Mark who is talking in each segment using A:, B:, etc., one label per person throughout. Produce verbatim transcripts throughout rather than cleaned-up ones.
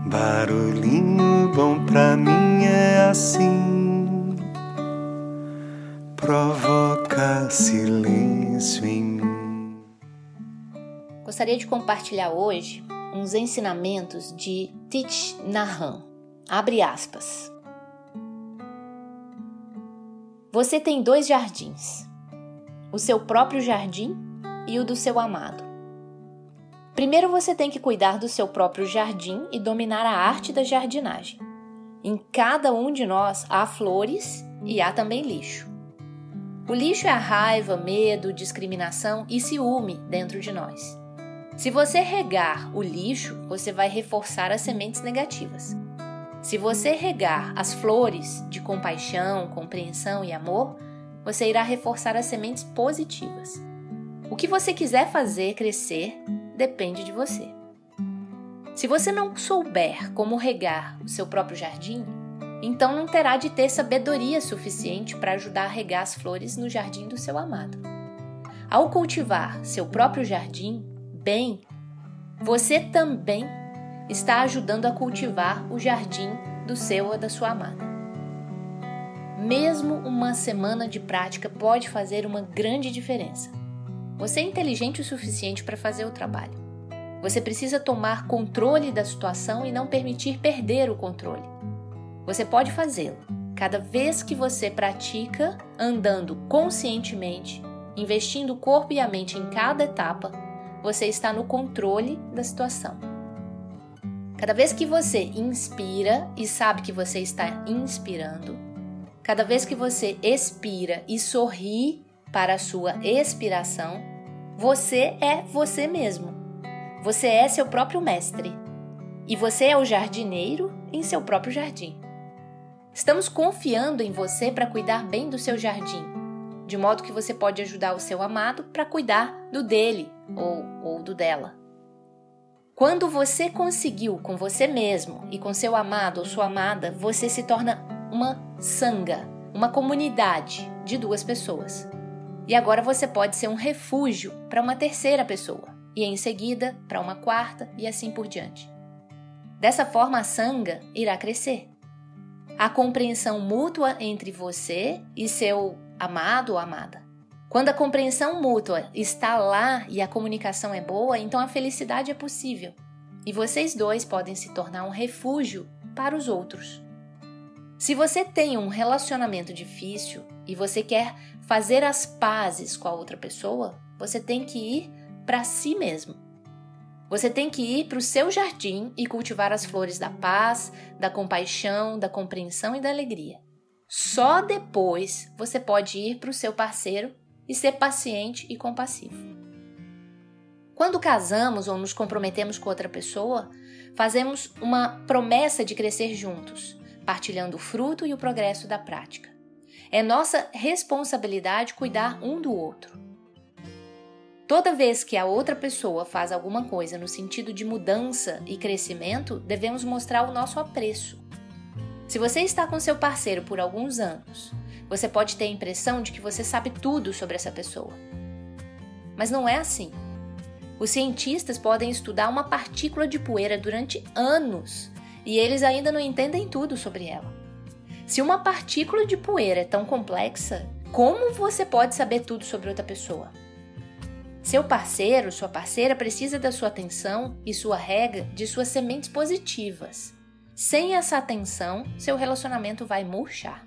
A: Barulhinho bom pra mim é assim, provoca silêncio em mim.
B: Gostaria de compartilhar hoje uns ensinamentos de Thich Nhat Hanh. Abre aspas. Você tem dois jardins, o seu próprio jardim e o do seu amado. Primeiro você tem que cuidar do seu próprio jardim e dominar a arte da jardinagem. Em cada um de nós há flores e há também lixo. O lixo é a raiva, medo, discriminação e ciúme dentro de nós. Se você regar o lixo, você vai reforçar as sementes negativas. Se você regar as flores de compaixão, compreensão e amor, você irá reforçar as sementes positivas. O que você quiser fazer crescer depende de você. Se você não souber como regar o seu próprio jardim, então não terá de ter sabedoria suficiente para ajudar a regar as flores no jardim do seu amado. Ao cultivar seu próprio jardim bem, você também está ajudando a cultivar o jardim do seu ou da sua amada. Mesmo uma semana de prática pode fazer uma grande diferença. Você é inteligente o suficiente para fazer o trabalho. Você precisa tomar controle da situação e não permitir perder o controle. Você pode fazê-lo cada vez que você pratica andando conscientemente, investindo o corpo e a mente em cada etapa, você está no controle da situação. Cada vez que você inspira e sabe que você está inspirando, cada vez que você expira e sorri para a sua expiração, você é você mesmo. Você é seu próprio mestre. E você é o jardineiro em seu próprio jardim. Estamos confiando em você para cuidar bem do seu jardim, de modo que você pode ajudar o seu amado para cuidar do dele ou, ou do dela. Quando você conseguiu com você mesmo e com seu amado ou sua amada, você se torna uma sangha, uma comunidade de duas pessoas. E agora você pode ser um refúgio para uma terceira pessoa, e em seguida para uma quarta e assim por diante. Dessa forma a sangha irá crescer. A compreensão mútua entre você e seu amado ou amada. Quando a compreensão mútua está lá e a comunicação é boa, então a felicidade é possível. E vocês dois podem se tornar um refúgio para os outros. Se você tem um relacionamento difícil e você quer fazer as pazes com a outra pessoa, você tem que ir para si mesmo. Você tem que ir para o seu jardim e cultivar as flores da paz, da compaixão, da compreensão e da alegria. Só depois você pode ir para o seu parceiro e ser paciente e compassivo. Quando casamos ou nos comprometemos com outra pessoa, fazemos uma promessa de crescer juntos, partilhando o fruto e o progresso da prática. É nossa responsabilidade cuidar um do outro. Toda vez que a outra pessoa faz alguma coisa no sentido de mudança e crescimento, devemos mostrar o nosso apreço. Se você está com seu parceiro por alguns anos, você pode ter a impressão de que você sabe tudo sobre essa pessoa. Mas não é assim. Os cientistas podem estudar uma partícula de poeira durante anos e eles ainda não entendem tudo sobre ela. Se uma partícula de poeira é tão complexa, como você pode saber tudo sobre outra pessoa? Seu parceiro, sua parceira precisa da sua atenção e sua rega de suas sementes positivas. Sem essa atenção, seu relacionamento vai murchar.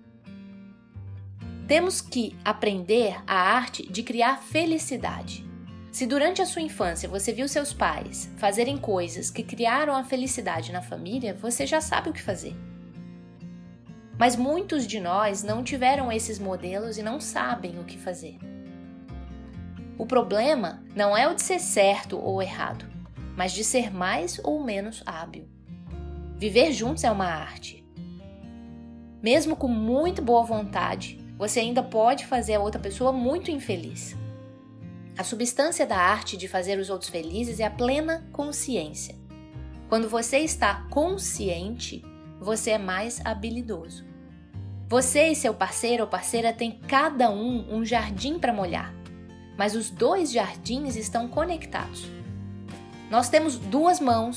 B: Temos que aprender a arte de criar felicidade. Se durante a sua infância você viu seus pais fazerem coisas que criaram a felicidade na família, você já sabe o que fazer. Mas muitos de nós não tiveram esses modelos e não sabem o que fazer. O problema não é o de ser certo ou errado, mas de ser mais ou menos hábil. Viver juntos é uma arte. Mesmo com muito boa vontade, você ainda pode fazer a outra pessoa muito infeliz. A substância da arte de fazer os outros felizes é a plena consciência. Quando você está consciente, você é mais habilidoso. Você e seu parceiro ou parceira têm cada um um jardim para molhar, mas os dois jardins estão conectados. Nós temos duas mãos,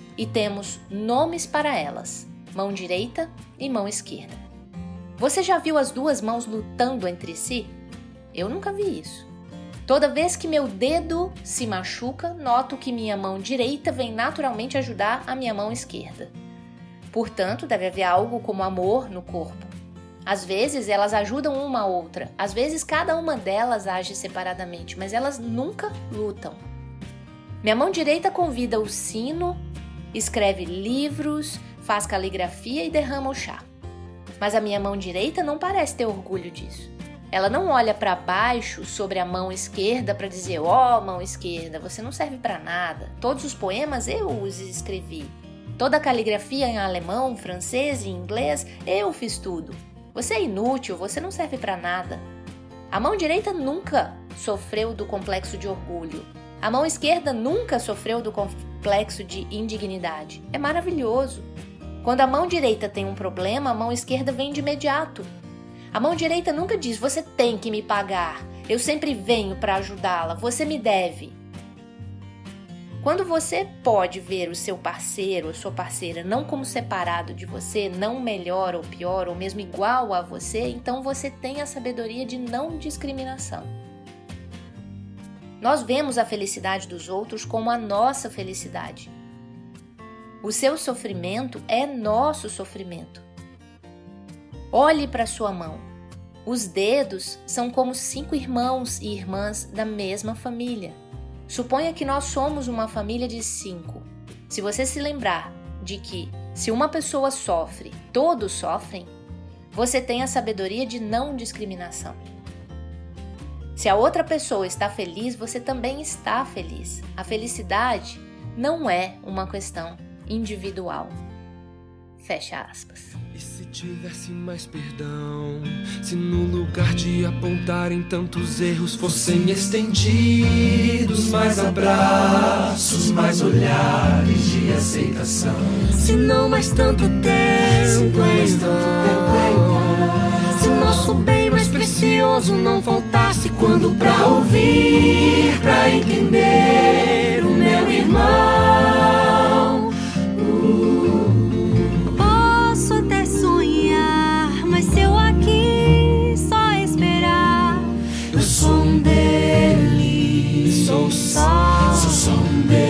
B: e temos nomes para elas, mão direita e mão esquerda. Você já viu as duas mãos lutando entre si? Eu nunca vi isso. Toda vez que meu dedo se machuca, noto que minha mão direita vem naturalmente ajudar a minha mão esquerda. Portanto, deve haver algo como amor no corpo. Às vezes elas ajudam uma a outra, às vezes cada uma delas age separadamente, mas elas nunca lutam. Minha mão direita convida o sino, escreve livros, faz caligrafia e derrama o chá. Mas a minha mão direita não parece ter orgulho disso. Ela não olha para baixo sobre a mão esquerda para dizer: ó, oh, mão esquerda, você não serve para nada. Todos os poemas eu os escrevi. Toda a caligrafia em alemão, francês e inglês eu fiz tudo. Você é inútil, você não serve para nada. A mão direita nunca sofreu do complexo de orgulho. A mão esquerda nunca sofreu do complexo de indignidade. É maravilhoso. Quando a mão direita tem um problema, a mão esquerda vem de imediato. A mão direita nunca diz: você tem que me pagar, eu sempre venho para ajudá-la, você me deve. Quando você pode ver o seu parceiro ou sua parceira não como separado de você, não melhor ou pior, ou mesmo igual a você, então você tem a sabedoria de não discriminação. Nós vemos a felicidade dos outros como a nossa felicidade. O seu sofrimento é nosso sofrimento. Olhe para sua mão. Os dedos são como cinco irmãos e irmãs da mesma família. Suponha que nós somos uma família de cinco. Se você se lembrar de que, se uma pessoa sofre, todos sofrem, você tem a sabedoria de não discriminação. Se a outra pessoa está feliz, você também está feliz. A felicidade não é uma questão individual. Fecha aspas.
A: E se tivesse mais perdão, se no lugar de apontarem tantos erros fossem estendidos mais abraços, mais olhares de aceitação, se não mais tanto tempo em vão, se nosso bem mais precioso não faltasse quando pra ouvir, pra entender o meu irmão. Sou som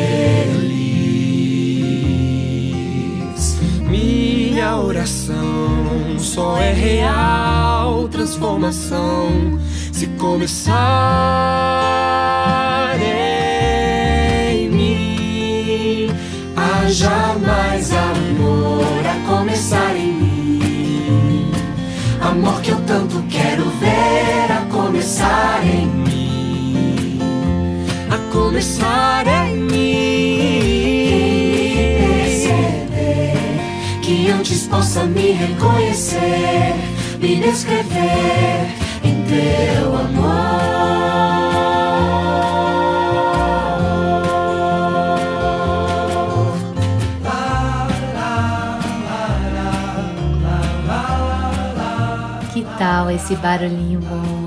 A: deles. Minha oração só é real transformação se começar em mim. Haja mais amor a começar em mim. Amor que eu tanto quero ver a começar em mim. A começar em mim. Perceber que antes possa me reconhecer, me descrever em teu amor.
B: Que tal esse barulhinho bom?